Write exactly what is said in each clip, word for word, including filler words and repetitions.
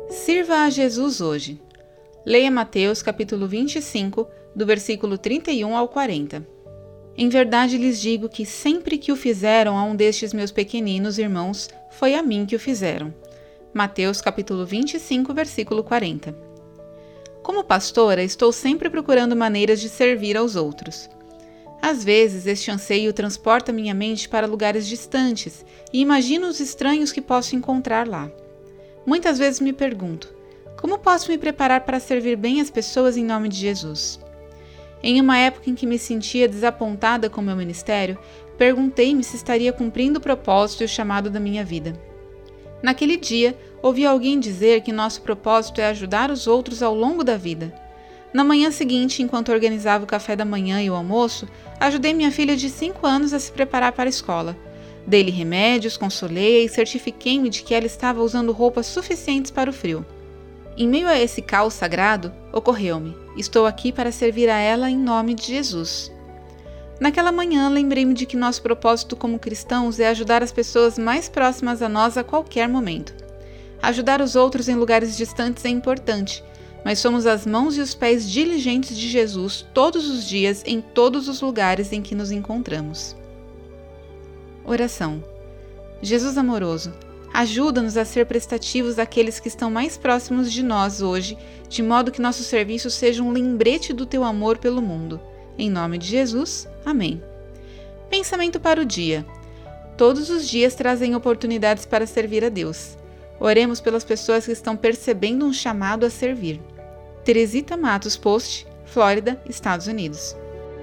Sirva a Jesus hoje. Leia Mateus capítulo vinte e cinco, do versículo trinta e um ao quarenta. Em verdade lhes digo que sempre que o fizeram a um destes meus pequeninos irmãos, foi a mim que o fizeram. Mateus capítulo vinte e cinco, versículo quarenta. Como pastora, estou sempre procurando maneiras de servir aos outros. Às vezes, este anseio transporta minha mente para lugares distantes e imagino os estranhos que posso encontrar lá. Muitas vezes me pergunto, como posso me preparar para servir bem as pessoas em nome de Jesus? Em uma época em que me sentia desapontada com meu ministério, perguntei-me se estaria cumprindo o propósito e o chamado da minha vida. Naquele dia, ouvi alguém dizer que nosso propósito é ajudar os outros ao longo da vida. Na manhã seguinte, enquanto organizava o café da manhã e o almoço, ajudei minha filha de cinco anos a se preparar para a escola. Dei-lhe remédios, consolei-a e certifiquei-me de que ela estava usando roupas suficientes para o frio. Em meio a esse caos sagrado, ocorreu-me: estou aqui para servir a ela em nome de Jesus. Naquela manhã, lembrei-me de que nosso propósito como cristãos é ajudar as pessoas mais próximas a nós a qualquer momento. Ajudar os outros em lugares distantes é importante, mas somos as mãos e os pés diligentes de Jesus todos os dias em todos os lugares em que nos encontramos. Oração. Jesus amoroso, ajuda-nos a ser prestativos àqueles que estão mais próximos de nós hoje, de modo que nosso serviço seja um lembrete do teu amor pelo mundo. Em nome de Jesus, amém. Pensamento para o dia. Todos os dias trazem oportunidades para servir a Deus. Oremos pelas pessoas que estão percebendo um chamado a servir. Teresita Matos Post, Flórida, Estados Unidos.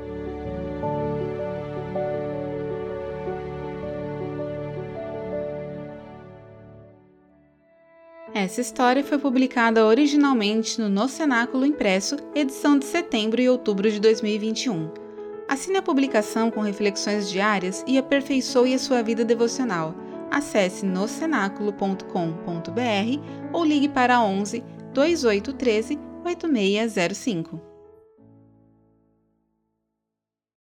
Essa história foi publicada originalmente no No Cenáculo Impresso, edição de setembro e outubro de dois mil e vinte e um. Assine a publicação com reflexões diárias e aperfeiçoe a sua vida devocional. Acesse no cenáculo ponto com ponto br ou ligue para onze, dois oito um três, oito seis zero cinco.